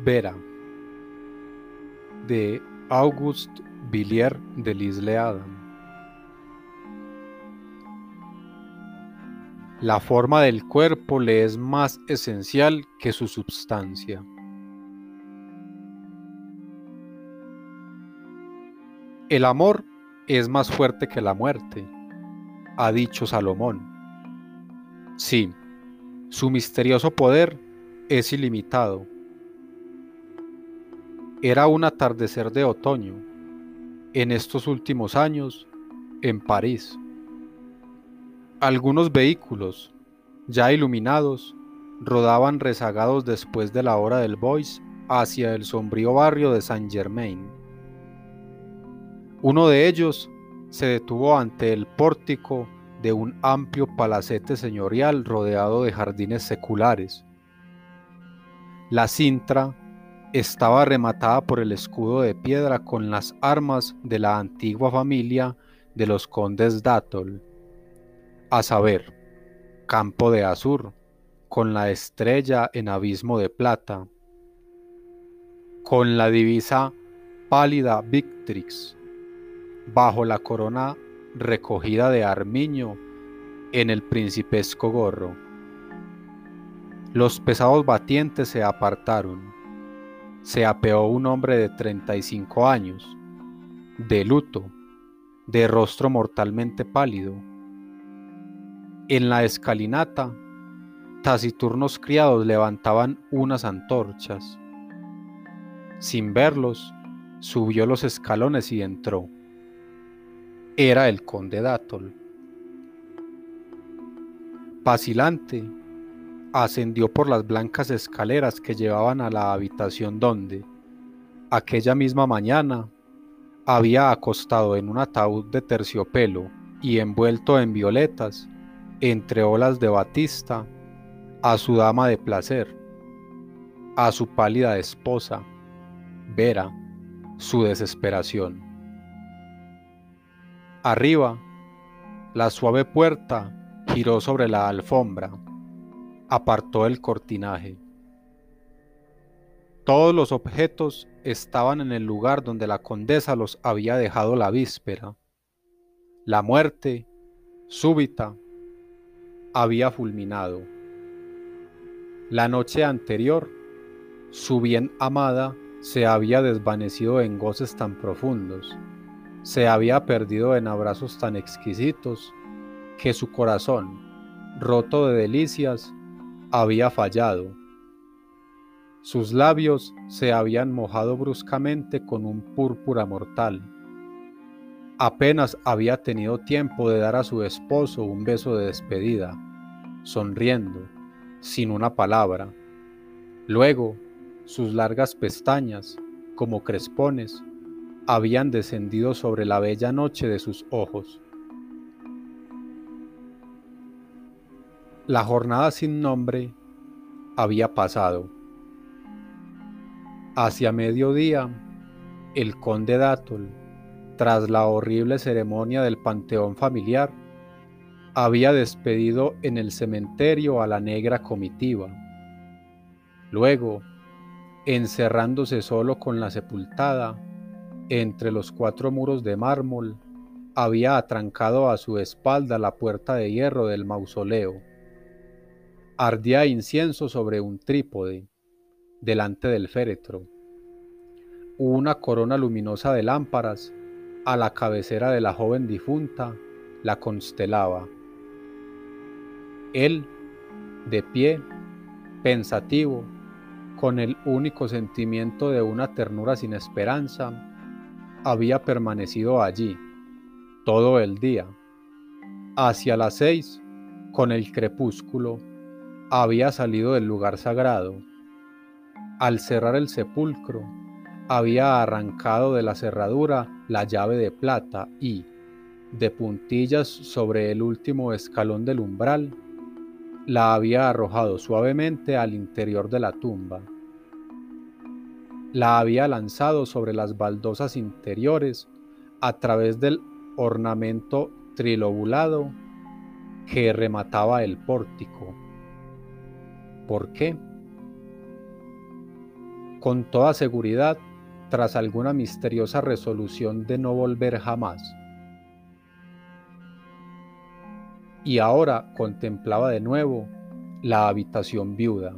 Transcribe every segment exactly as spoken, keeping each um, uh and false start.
Vera, de Auguste Villiers de L'Isle-Adam. La forma del cuerpo le es más esencial que su substancia. El amor es más fuerte que la muerte, ha dicho Salomón. Sí, su misterioso poder es ilimitado. Era un atardecer de otoño, en estos últimos años, en París. Algunos vehículos, ya iluminados, rodaban rezagados después de la hora del Bois hacia el sombrío barrio de Saint-Germain. Uno de ellos se detuvo ante el pórtico de un amplio palacete señorial rodeado de jardines seculares. La cintra estaba rematada por el escudo de piedra con las armas de la antigua familia de los condes d'Atholl, a saber, Campo de Azur, con la estrella en abismo de plata, con la divisa pálida Victrix, bajo la corona recogida de armiño en el principesco gorro. Los pesados batientes se apartaron. Se apeó un hombre de treinta y cinco años, de luto, de rostro mortalmente pálido. En la escalinata, taciturnos criados levantaban unas antorchas. Sin verlos, subió los escalones y entró. Era el conde d'Atholl. Vacilante, ascendió por las blancas escaleras que llevaban a la habitación donde, aquella misma mañana, había acostado en un ataúd de terciopelo y envuelto en violetas, entre olas de batista, a su dama de placer, a su pálida esposa, Vera, su desesperación. Arriba, la suave puerta giró sobre la alfombra, apartó el cortinaje. Todos los objetos estaban en el lugar donde la condesa los había dejado la víspera. La muerte, súbita, había fulminado. La noche anterior, su bien amada se había desvanecido en goces tan profundos, se había perdido en abrazos tan exquisitos, que su corazón, roto de delicias, había fallado. Sus labios se habían mojado bruscamente con un púrpura mortal. Apenas había tenido tiempo de dar a su esposo un beso de despedida, sonriendo, sin una palabra. Luego, sus largas pestañas, como crespones, habían descendido sobre la bella noche de sus ojos. La jornada sin nombre había pasado. Hacia mediodía, el conde d'Atholl, tras la horrible ceremonia del panteón familiar, había despedido en el cementerio a la negra comitiva. Luego, encerrándose solo con la sepultada, entre los cuatro muros de mármol, había atrancado a su espalda la puerta de hierro del mausoleo. Ardía incienso sobre un trípode, delante del féretro. Una corona luminosa de lámparas, a la cabecera de la joven difunta, la constelaba. Él, de pie, pensativo, con el único sentimiento de una ternura sin esperanza, había permanecido allí todo el día. Hacia las seis, con el crepúsculo, había salido del lugar sagrado. Al cerrar el sepulcro, había arrancado de la cerradura la llave de plata y, de puntillas sobre el último escalón del umbral, la había arrojado suavemente al interior de la tumba. La había lanzado sobre las baldosas interiores a través del ornamento trilobulado que remataba el pórtico. ¿Por qué? con toda seguridad, tras alguna misteriosa resolución de no volver jamás. Y ahora contemplaba de nuevo la habitación viuda.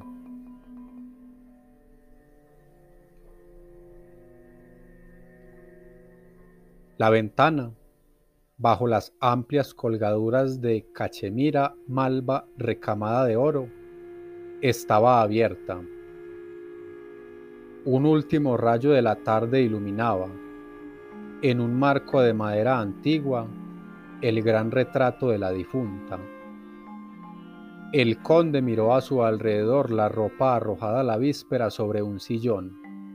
La ventana, bajo las amplias colgaduras de cachemira malva recamada de oro, estaba abierta. Un último rayo de la tarde iluminaba, en un marco de madera antigua, el gran retrato de la difunta. El conde miró a su alrededor la ropa arrojada la víspera sobre un sillón.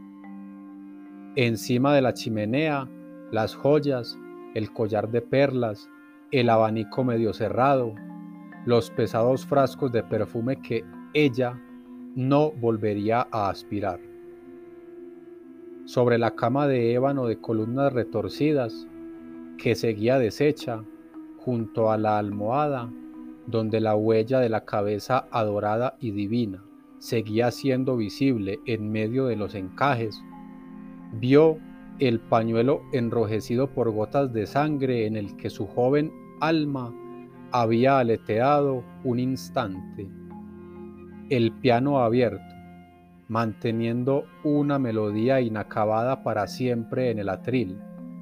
Encima de la chimenea, las joyas, el collar de perlas, el abanico medio cerrado, los pesados frascos de perfume que ella no volvería a aspirar. Sobre la cama de ébano de columnas retorcidas, que seguía deshecha, junto a la almohada, donde la huella de la cabeza adorada y divina seguía siendo visible en medio de los encajes, vio el pañuelo enrojecido por gotas de sangre en el que su joven alma había aleteado un instante, el piano abierto, manteniendo una melodía inacabada para siempre en el atril,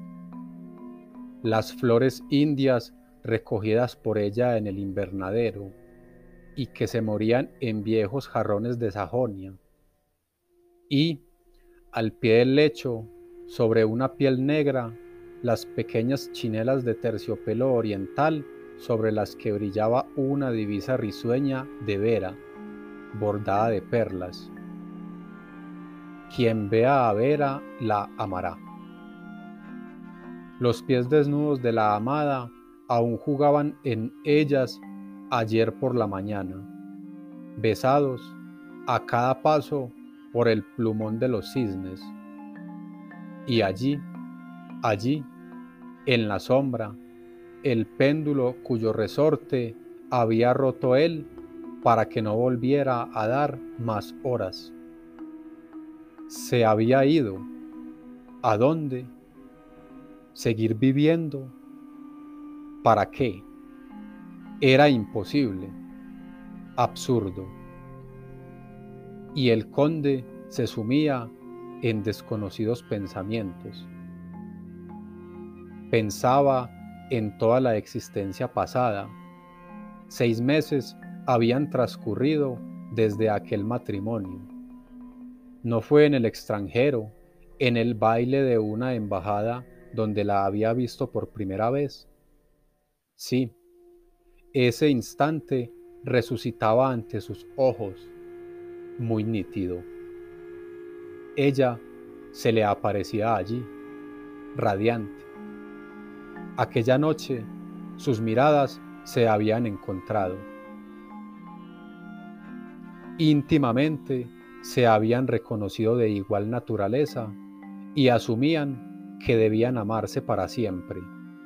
las flores indias recogidas por ella en el invernadero y que se morían en viejos jarrones de Sajonia, y al pie del lecho, sobre una piel negra, las pequeñas chinelas de terciopelo oriental sobre las que brillaba una divisa risueña de Vera, bordada de perlas. Quien vea a Vera la amará. Los pies desnudos de la amada aún jugaban en ellas ayer por la mañana, besados a cada paso por el plumón de los cisnes. Y allí, allí, en la sombra, el péndulo cuyo resorte había roto él para que no volviera a dar más horas. Se había ido. ¿A dónde? ¿Seguir viviendo? ¿Para qué? Era imposible, absurdo. Y el conde se sumía en desconocidos pensamientos. Pensaba en toda la existencia pasada. Seis meses habían transcurrido desde aquel matrimonio. No fue en el extranjero, en el baile de una embajada donde la había visto por primera vez. Sí, ese instante resucitaba ante sus ojos, muy nítido. Ella se le aparecía allí, radiante. Aquella noche sus miradas se habían encontrado. Íntimamente se habían reconocido de igual naturaleza y asumían que debían amarse para siempre.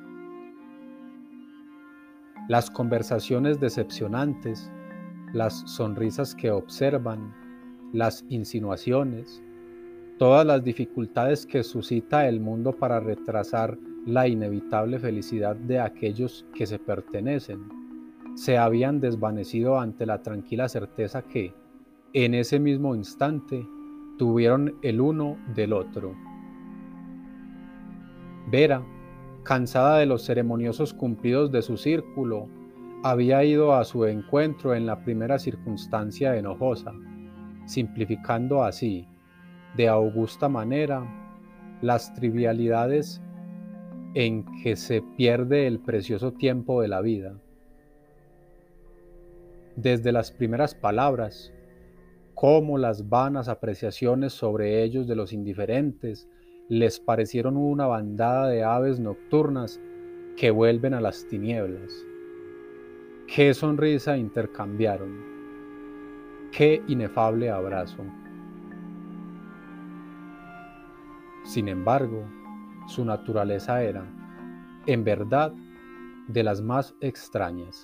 Las conversaciones decepcionantes, las sonrisas que observan, las insinuaciones, todas las dificultades que suscita el mundo para retrasar la inevitable felicidad de aquellos que se pertenecen, se habían desvanecido ante la tranquila certeza que, en ese mismo instante, tuvieron el uno del otro. Vera, cansada de los ceremoniosos cumplidos de su círculo, había ido a su encuentro en la primera circunstancia enojosa, simplificando así, de augusta manera, las trivialidades en que se pierde el precioso tiempo de la vida. Desde las primeras palabras, como las vanas apreciaciones sobre ellos de los indiferentes les parecieron una bandada de aves nocturnas que vuelven a las tinieblas. Qué sonrisa intercambiaron, qué inefable abrazo. Sin embargo, su naturaleza era, en verdad, de las más extrañas.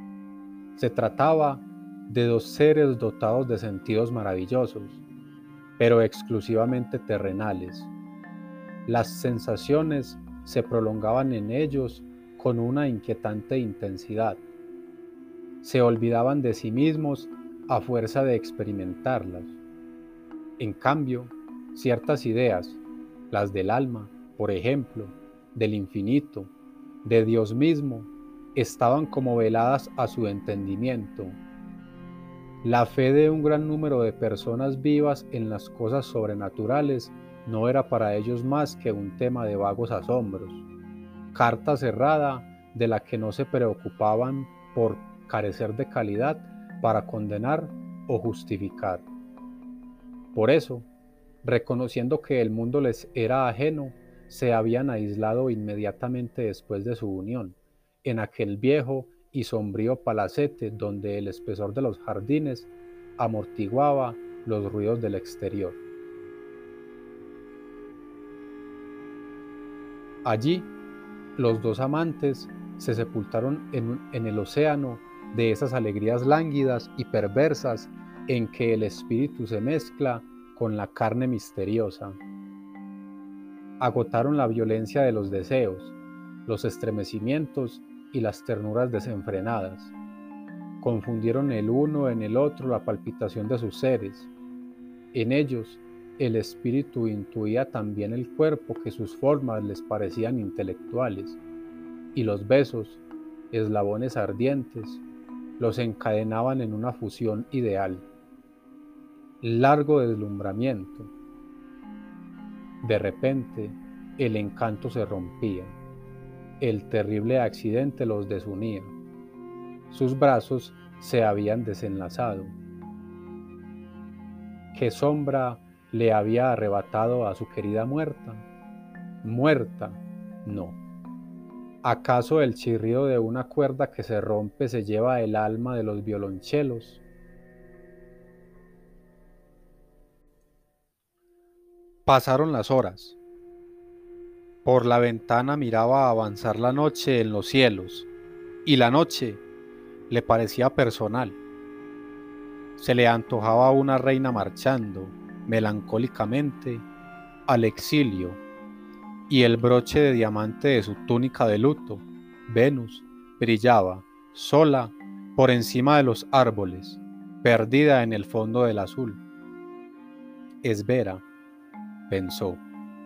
Se trataba de dos seres dotados de sentidos maravillosos, pero exclusivamente terrenales. Las sensaciones se prolongaban en ellos con una inquietante intensidad. Se olvidaban de sí mismos a fuerza de experimentarlas. En cambio, ciertas ideas, las del alma, por ejemplo, del infinito, de Dios mismo, estaban como veladas a su entendimiento. La fe de un gran número de personas vivas en las cosas sobrenaturales no era para ellos más que un tema de vagos asombros, carta cerrada de la que no se preocupaban por carecer de calidad para condenar o justificar. Por eso, reconociendo que el mundo les era ajeno, se habían aislado inmediatamente después de su unión, en aquel viejo y sombrío palacete donde el espesor de los jardines amortiguaba los ruidos del exterior. Allí, los dos amantes se sepultaron en, en el océano de esas alegrías lánguidas y perversas en que el espíritu se mezcla con la carne misteriosa. Agotaron la violencia de los deseos, los estremecimientos y las ternuras desenfrenadas. Confundieron el uno en el otro la palpitación de sus seres. En ellos, el espíritu intuía también el cuerpo que sus formas les parecían intelectuales, y los besos, eslabones ardientes, los encadenaban en una fusión ideal. Largo deslumbramiento. De repente, el encanto se rompía. El terrible accidente los desunía. Sus brazos se habían desenlazado. ¿Qué sombra le había arrebatado a su querida muerta? Muerta, no. ¿Acaso el chirrido de una cuerda que se rompe se lleva el alma de los violonchelos? Pasaron las horas. Por la ventana miraba avanzar la noche en los cielos, y la noche le parecía personal. Se le antojaba una reina marchando, melancólicamente, al exilio, y el broche de diamante de su túnica de luto, Venus, brillaba, sola, por encima de los árboles, perdida en el fondo del azul. Es Vera, pensó.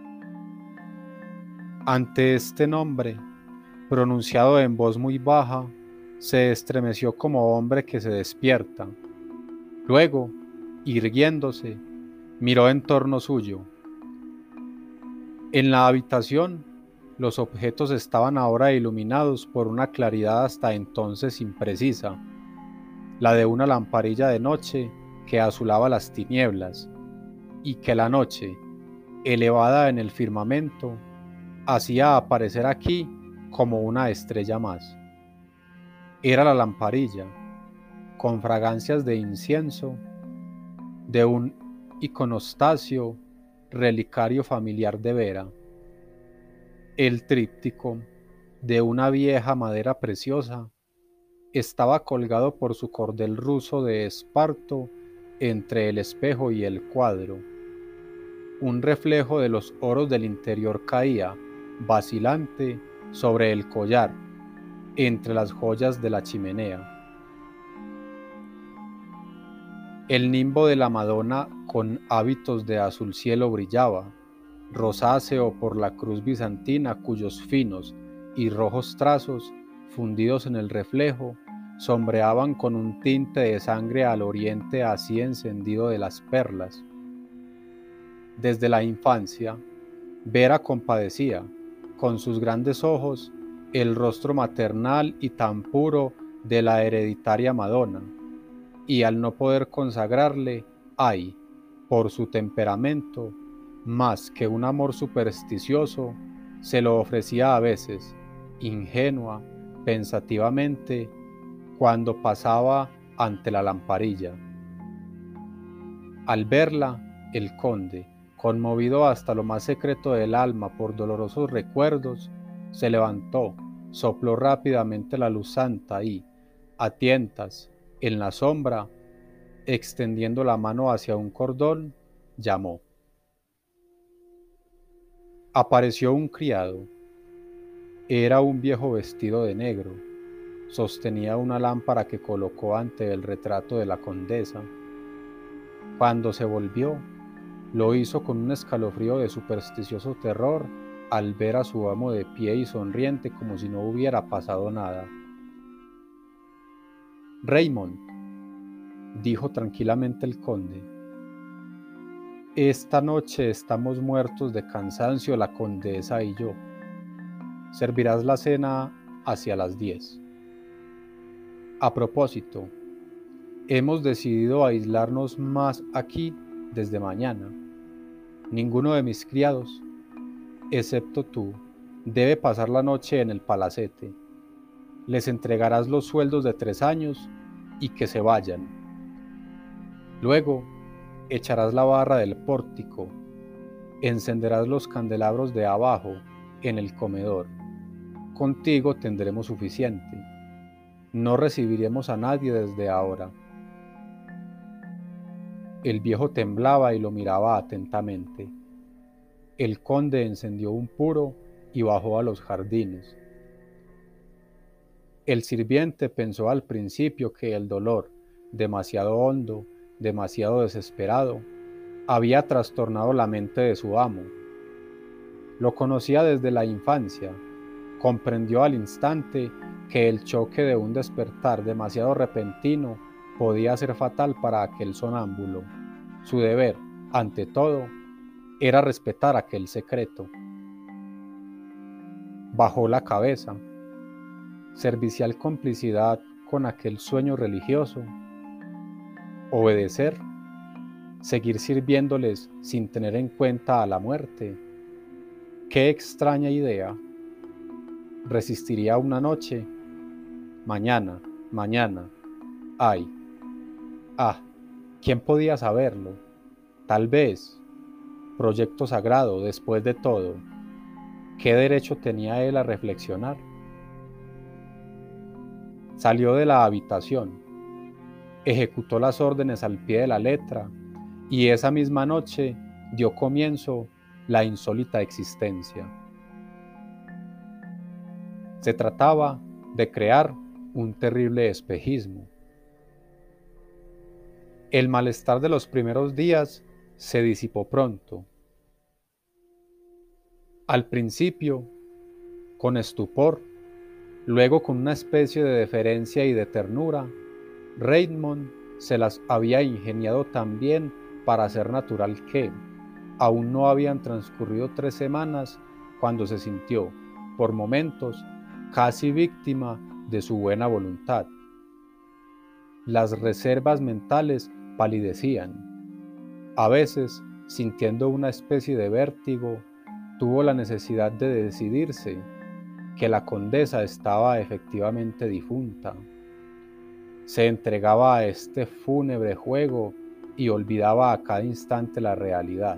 Ante este nombre, pronunciado en voz muy baja, se estremeció como hombre que se despierta. Luego, irguiéndose, miró en torno suyo. En la habitación, los objetos estaban ahora iluminados por una claridad hasta entonces imprecisa, la de una lamparilla de noche que azulaba las tinieblas, y que la noche, elevada en el firmamento, hacía aparecer aquí como una estrella más. Era la lamparilla, con fragancias de incienso, de un iconostasio relicario familiar de Vera. El tríptico, de una vieja madera preciosa, estaba colgado por su cordel ruso de esparto entre el espejo y el cuadro. Un reflejo de los oros del interior caía, vacilante, sobre el collar, entre las joyas de la chimenea. El nimbo de la Madonna con hábitos de azul cielo brillaba, rosáceo por la cruz bizantina cuyos finos y rojos trazos, fundidos en el reflejo, sombreaban con un tinte de sangre al oriente así encendido de las perlas. Desde la infancia, Vera compadecía, con sus grandes ojos, el rostro maternal y tan puro de la hereditaria Madonna, y al no poder consagrarle, hay, por su temperamento, más que un amor supersticioso, se lo ofrecía a veces, ingenua, pensativamente, cuando pasaba ante la lamparilla. Al verla, el conde, conmovido hasta lo más secreto del alma por dolorosos recuerdos, se levantó, sopló rápidamente la luz santa y, a tientas, en la sombra, extendiendo la mano hacia un cordón, llamó. Apareció un criado. Era un viejo vestido de negro. Sostenía una lámpara que colocó ante el retrato de la condesa. Cuando se volvió, lo hizo con un escalofrío de supersticioso terror al ver a su amo de pie y sonriente como si no hubiera pasado nada. Raymond, dijo tranquilamente el conde, esta noche estamos muertos de cansancio la condesa y yo. Servirás la cena hacia las diez. A propósito, hemos decidido aislarnos más aquí desde mañana. Ninguno de mis criados, excepto tú, debe pasar la noche en el palacete. Les entregarás los sueldos de tres años y que se vayan. Luego, echarás la barra del pórtico, encenderás los candelabros de abajo en el comedor. Contigo tendremos suficiente. No recibiremos a nadie desde ahora. El viejo temblaba y lo miraba atentamente. El conde encendió un puro y bajó a los jardines. El sirviente pensó al principio que el dolor, demasiado hondo, demasiado desesperado, había trastornado la mente de su amo. Lo conocía desde la infancia. Comprendió al instante que el choque de un despertar demasiado repentino podía ser fatal para aquel sonámbulo. Su deber, ante todo, era respetar aquel secreto. Bajó la cabeza. Servicial complicidad con aquel sueño religioso. Obedecer. Seguir sirviéndoles sin tener en cuenta a la muerte. ¡Qué extraña idea! ¿Resistiría una noche? Mañana, mañana. Ay. Ah, ¿quién podía saberlo? Tal vez. Proyecto sagrado, después de todo. ¿Qué derecho tenía él a reflexionar? Salió de la habitación. Ejecutó las órdenes al pie de la letra y esa misma noche dio comienzo la insólita existencia. Se trataba de crear un terrible espejismo. El malestar de los primeros días se disipó pronto. Al principio, con estupor, luego con una especie de deferencia y de ternura, Raymond se las había ingeniado tan bien para ser natural que aún no habían transcurrido tres semanas cuando se sintió, por momentos, casi víctima de su buena voluntad. Las reservas mentales palidecían. A veces, sintiendo una especie de vértigo, tuvo la necesidad de decidirse que la condesa estaba efectivamente difunta. Se entregaba a este fúnebre juego y olvidaba a cada instante la realidad.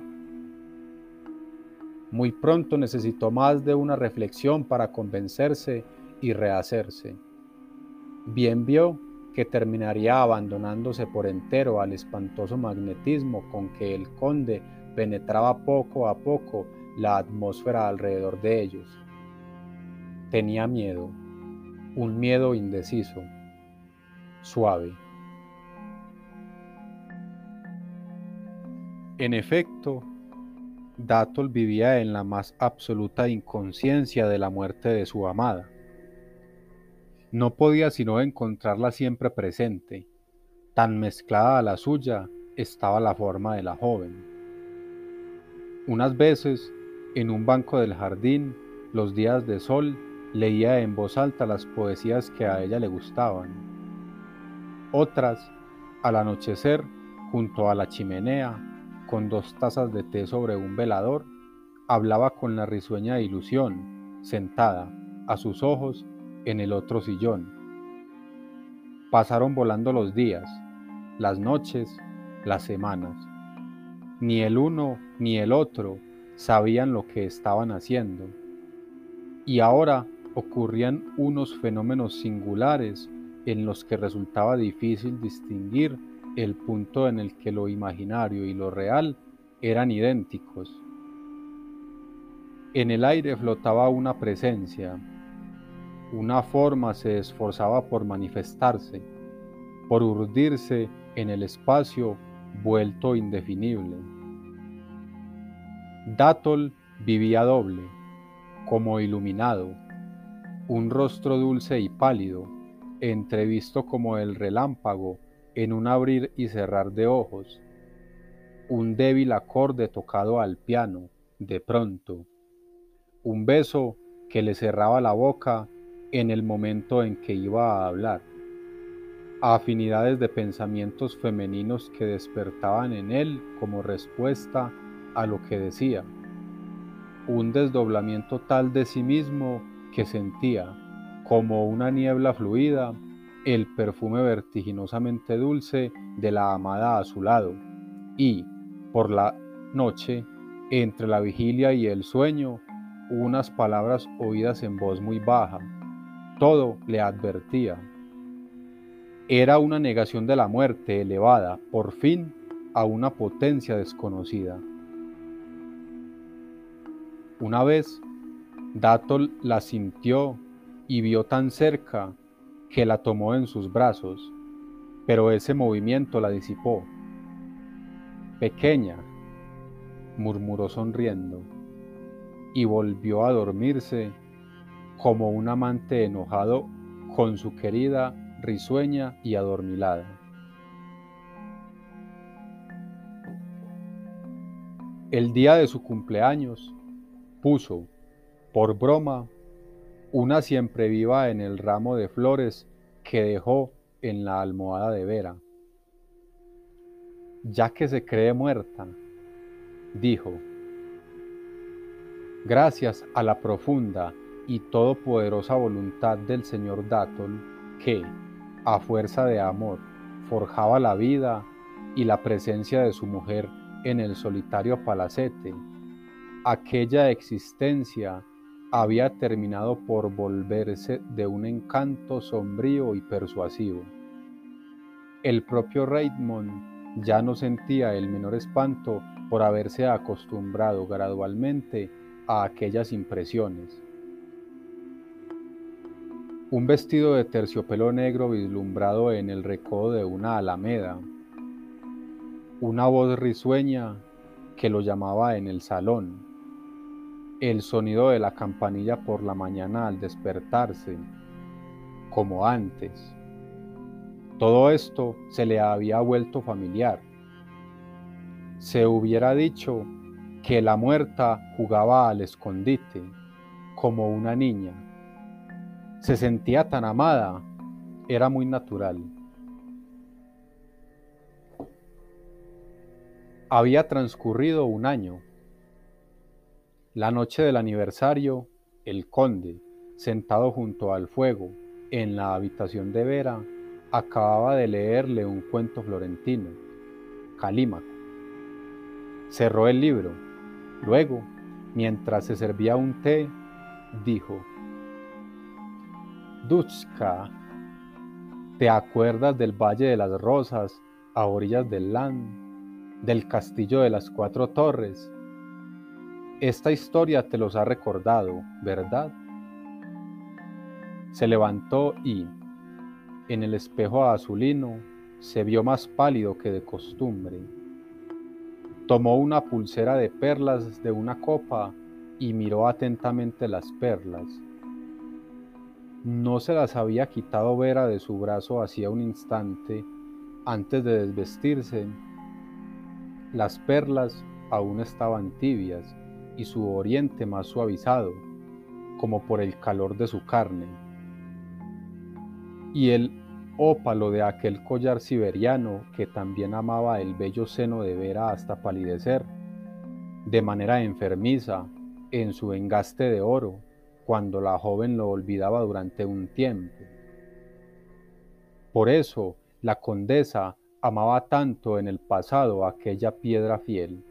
Muy pronto necesitó más de una reflexión para convencerse y rehacerse. Bien vio que terminaría abandonándose por entero al espantoso magnetismo con que el conde penetraba poco a poco la atmósfera alrededor de ellos. Tenía miedo, un miedo indeciso, suave. En efecto, Dátol vivía en la más absoluta inconsciencia de la muerte de su amada. No podía sino encontrarla siempre presente. Tan mezclada a la suya estaba la forma de la joven. Unas veces, en un banco del jardín, los días de sol, leía en voz alta las poesías que a ella le gustaban. Otras, al anochecer, junto a la chimenea, con dos tazas de té sobre un velador, hablaba con la risueña ilusión, sentada, a sus ojos, en el otro sillón. Pasaron volando los días, las noches, las semanas. Ni el uno ni el otro sabían lo que estaban haciendo. Y ahora ocurrían unos fenómenos singulares en los que resultaba difícil distinguir el punto en el que lo imaginario y lo real eran idénticos. En el aire flotaba una presencia, una forma se esforzaba por manifestarse, por urdirse en el espacio vuelto indefinible. Dátol vivía doble, como iluminado, un rostro dulce y pálido, entrevisto como el relámpago en un abrir y cerrar de ojos, un débil acorde tocado al piano, de pronto, un beso que le cerraba la boca en el momento en que iba a hablar, afinidades de pensamientos femeninos que despertaban en él como respuesta a lo que decía, un desdoblamiento tal de sí mismo que sentía, como una niebla fluida, el perfume vertiginosamente dulce de la amada a su lado, y, por la noche, entre la vigilia y el sueño, unas palabras oídas en voz muy baja. Todo le advertía. Era una negación de la muerte elevada, por fin, a una potencia desconocida. Una vez, Dátol la sintió y vio tan cerca que la tomó en sus brazos, pero ese movimiento la disipó. Pequeña, murmuró sonriendo, y volvió a dormirse como un amante enojado con su querida, risueña y adormilada. El día de su cumpleaños, puso, por broma, una siempreviva en el ramo de flores que dejó en la almohada de Vera. Ya que se cree muerta, dijo, gracias a la profunda y todopoderosa voluntad del señor Dátol, que, a fuerza de amor, forjaba la vida y la presencia de su mujer en el solitario palacete, aquella existencia había terminado por volverse de un encanto sombrío y persuasivo. El propio Raymond ya no sentía el menor espanto por haberse acostumbrado gradualmente a aquellas impresiones. Un vestido de terciopelo negro vislumbrado en el recodo de una alameda, una voz risueña que lo llamaba en el salón, el sonido de la campanilla por la mañana al despertarse, como antes. Todo esto se le había vuelto familiar. Se hubiera dicho que la muerta jugaba al escondite, como una niña. Se sentía tan amada, era muy natural. Había transcurrido un año. La noche del aniversario, el conde, sentado junto al fuego, en la habitación de Vera, acababa de leerle un cuento florentino, Calímaco. Cerró el libro. Luego, mientras se servía un té, dijo, Dushka, ¿te acuerdas del Valle de las Rosas, a orillas del Lan, del castillo de las cuatro torres? Esta historia te los ha recordado, ¿verdad? Se levantó y, en el espejo azulino, se vio más pálido que de costumbre. Tomó una pulsera de perlas de una copa y miró atentamente las perlas. No se las había quitado Vera de su brazo hacía un instante antes de desvestirse. Las perlas aún estaban tibias y su oriente más suavizado, como por el calor de su carne. Y el ópalo de aquel collar siberiano que también amaba el bello seno de Vera hasta palidecer, de manera enfermiza, en su engaste de oro, cuando la joven lo olvidaba durante un tiempo. Por eso la condesa amaba tanto en el pasado aquella piedra fiel.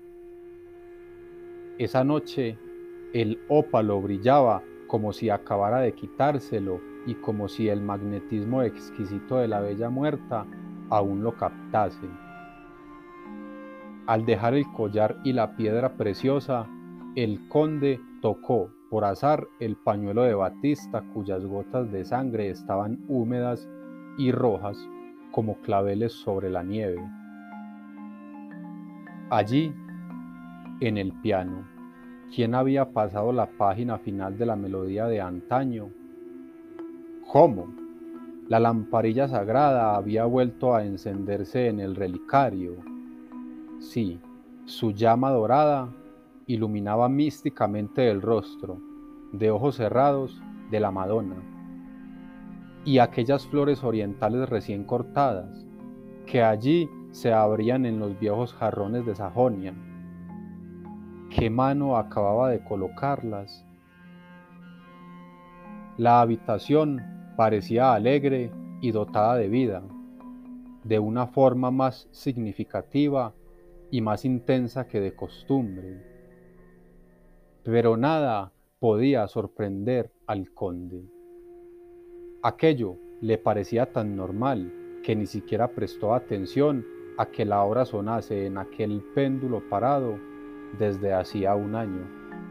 Esa noche el ópalo brillaba como si acabara de quitárselo y como si el magnetismo exquisito de la bella muerta aún lo captase. Al dejar el collar y la piedra preciosa, el conde tocó por azar el pañuelo de batista cuyas gotas de sangre estaban húmedas y rojas como claveles sobre la nieve. Allí, en el piano, ¿quién había pasado la página final de la melodía de antaño? ¿Cómo? La lamparilla sagrada había vuelto a encenderse en el relicario. Sí, su llama dorada iluminaba místicamente el rostro, de ojos cerrados, de la Madonna. Y aquellas flores orientales recién cortadas, que allí se abrían en los viejos jarrones de Sajonia. ¿Qué mano acababa de colocarlas? La habitación parecía alegre y dotada de vida, de una forma más significativa y más intensa que de costumbre. Pero nada podía sorprender al conde. Aquello le parecía tan normal que ni siquiera prestó atención a que la hora sonase en aquel péndulo parado desde hacía un año.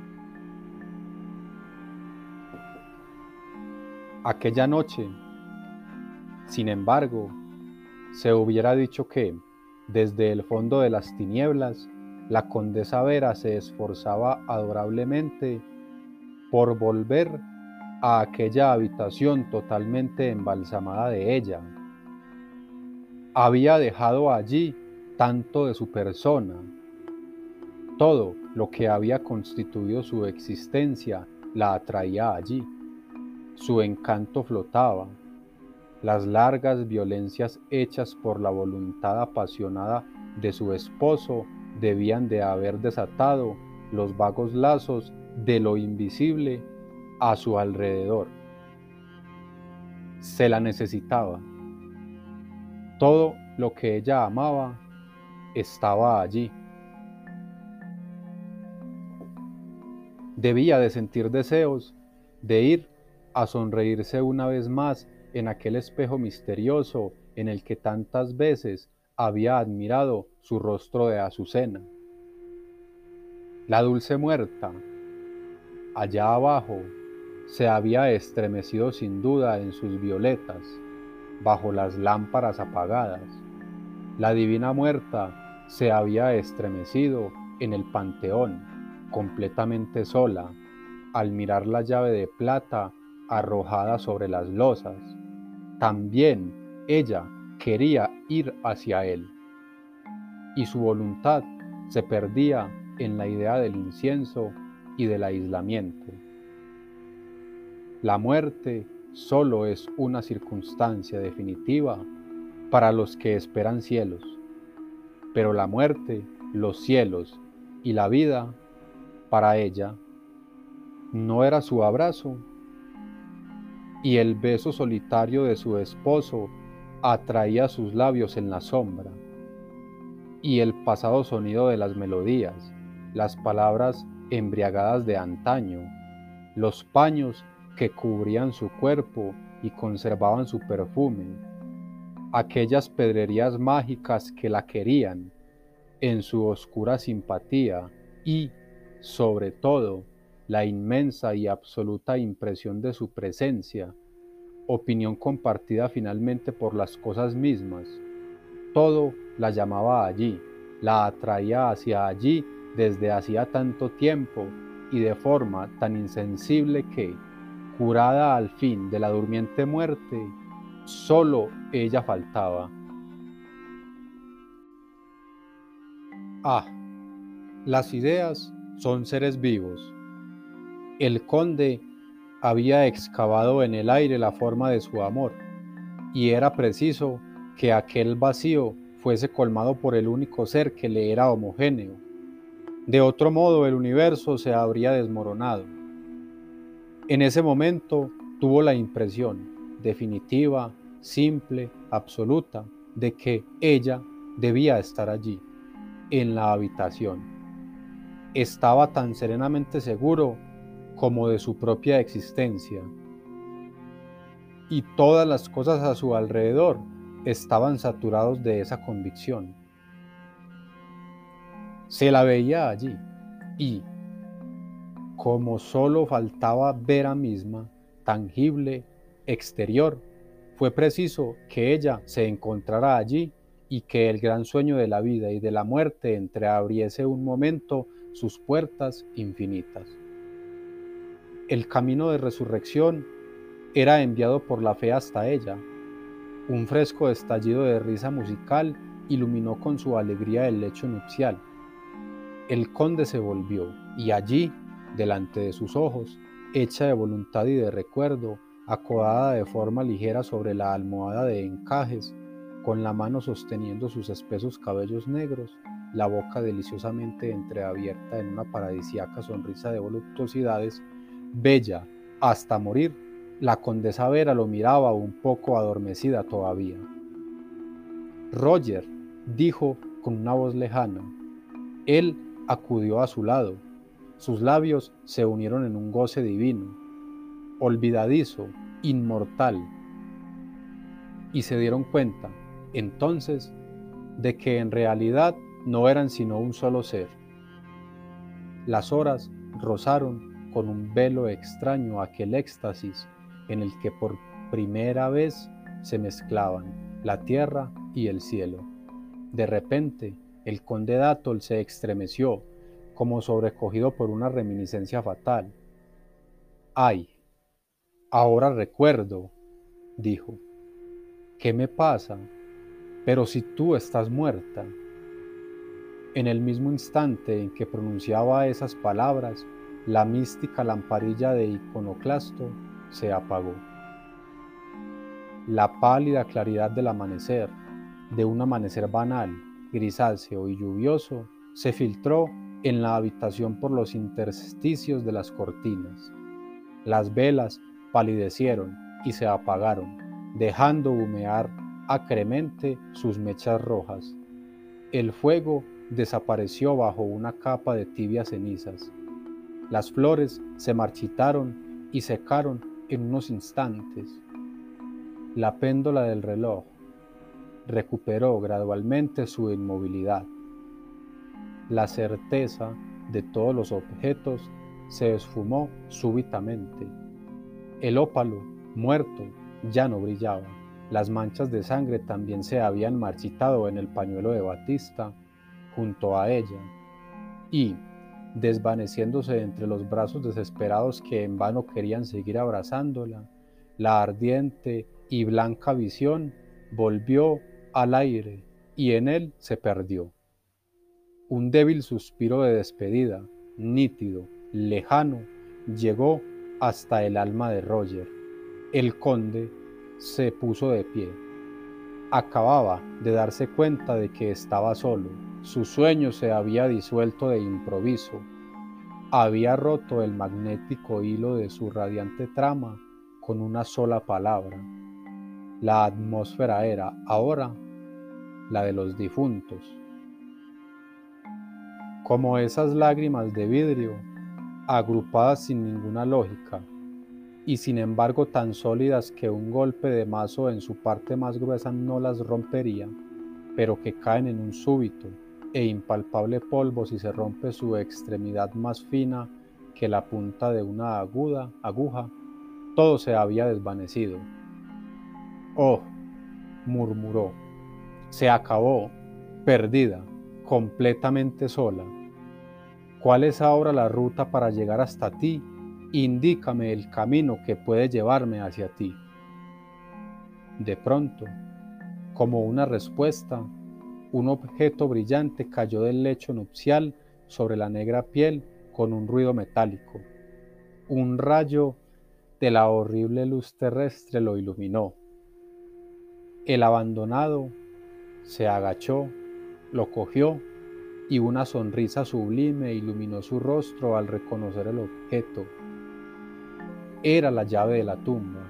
Aquella noche, sin embargo, se hubiera dicho que, desde el fondo de las tinieblas, la condesa Vera se esforzaba adorablemente por volver a aquella habitación totalmente embalsamada de ella. Había dejado allí tanto de su persona. Todo lo que había constituido su existencia la atraía allí. Su encanto flotaba. Las largas violencias hechas por la voluntad apasionada de su esposo debían de haber desatado los vagos lazos de lo invisible a su alrededor. Se la necesitaba. Todo lo que ella amaba estaba allí. Debía de sentir deseos de ir a sonreírse una vez más en aquel espejo misterioso en el que tantas veces había admirado su rostro de azucena. La dulce muerta, allá abajo, se había estremecido sin duda en sus violetas, bajo las lámparas apagadas. La divina muerta se había estremecido en el panteón, completamente sola, al mirar la llave de plata arrojada sobre las losas. También ella quería ir hacia él, y su voluntad se perdía en la idea del incienso y del aislamiento. La muerte solo es una circunstancia definitiva para los que esperan cielos, pero la muerte, los cielos y la vida, para ella, no era su abrazo, y el beso solitario de su esposo atraía sus labios en la sombra, y el pasado sonido de las melodías, las palabras embriagadas de antaño, los paños que cubrían su cuerpo y conservaban su perfume, aquellas pedrerías mágicas que la querían en su oscura simpatía y, sobre todo, la inmensa y absoluta impresión de su presencia, opinión compartida finalmente por las cosas mismas. Todo la llamaba allí, la atraía hacia allí desde hacía tanto tiempo y de forma tan insensible que, curada al fin de la durmiente muerte, solo ella faltaba. Ah, las ideas son seres vivos. El conde había excavado en el aire la forma de su amor, y era preciso que aquel vacío fuese colmado por el único ser que le era homogéneo. De otro modo, el universo se habría desmoronado. En ese momento tuvo la impresión, definitiva, simple, absoluta, de que ella debía estar allí, en la habitación. Estaba tan serenamente seguro como de su propia existencia, y todas las cosas a su alrededor estaban saturados de esa convicción. Se la veía allí y, como solo faltaba vera misma, tangible, exterior, fue preciso que ella se encontrara allí y que el gran sueño de la vida y de la muerte entreabriese un momento sus puertas infinitas. El camino de resurrección era enviado por la fe hasta ella. Un fresco estallido de risa musical iluminó con su alegría el lecho nupcial. El conde se volvió, y allí, delante de sus ojos, hecha de voluntad y de recuerdo, acodada de forma ligera sobre la almohada de encajes, con la mano sosteniendo sus espesos cabellos negros, la boca deliciosamente entreabierta en una paradisíaca sonrisa de voluptuosidades, bella hasta morir, la condesa Vera lo miraba un poco adormecida todavía. Roger, dijo con una voz lejana. Él acudió a su lado. Sus labios se unieron en un goce divino, olvidadizo, inmortal. Y se dieron cuenta, entonces, de que en realidad no eran sino un solo ser. Las horas rozaron con un velo extraño aquel éxtasis en el que por primera vez se mezclaban la tierra y el cielo. De repente, el conde Dátol se estremeció, como sobrecogido por una reminiscencia fatal. «Ay, ahora recuerdo», dijo. «¿Qué me pasa? Pero si tú estás muerta». En el mismo instante en que pronunciaba esas palabras, la mística lamparilla de iconoclasto se apagó. La pálida claridad del amanecer, de un amanecer banal, grisáceo y lluvioso, se filtró en la habitación por los intersticios de las cortinas. Las velas palidecieron y se apagaron, dejando humear acremente sus mechas rojas. El fuego desapareció bajo una capa de tibias cenizas. Las flores se marchitaron y secaron en unos instantes. La péndola del reloj recuperó gradualmente su inmovilidad. La certeza de todos los objetos se esfumó súbitamente. El ópalo, muerto, ya no brillaba. Las manchas de sangre también se habían marchitado en el pañuelo de batista junto a ella, y, desvaneciéndose entre los brazos desesperados que en vano querían seguir abrazándola, la ardiente y blanca visión volvió al aire y en él se perdió. Un débil suspiro de despedida, nítido, lejano, llegó hasta el alma de Roger. El conde se puso de pie. Acababa de darse cuenta de que estaba solo. Su sueño se había disuelto de improviso. Había roto el magnético hilo de su radiante trama con una sola palabra. La atmósfera era, ahora, la de los difuntos. Como esas lágrimas de vidrio, agrupadas sin ninguna lógica, y sin embargo tan sólidas que un golpe de mazo en su parte más gruesa no las rompería, pero que caen en un súbito e impalpable polvo si se rompe su extremidad más fina que la punta de una aguda aguja, todo se había desvanecido. «Oh», murmuró, «se acabó, perdida, completamente sola. ¿Cuál es ahora la ruta para llegar hasta ti? Indícame el camino que puede llevarme hacia ti». De pronto, como una respuesta, un objeto brillante cayó del lecho nupcial sobre la negra piel con un ruido metálico. Un rayo de la horrible luz terrestre lo iluminó. El abandonado se agachó, lo cogió y una sonrisa sublime iluminó su rostro al reconocer el objeto. Era la llave de la tumba.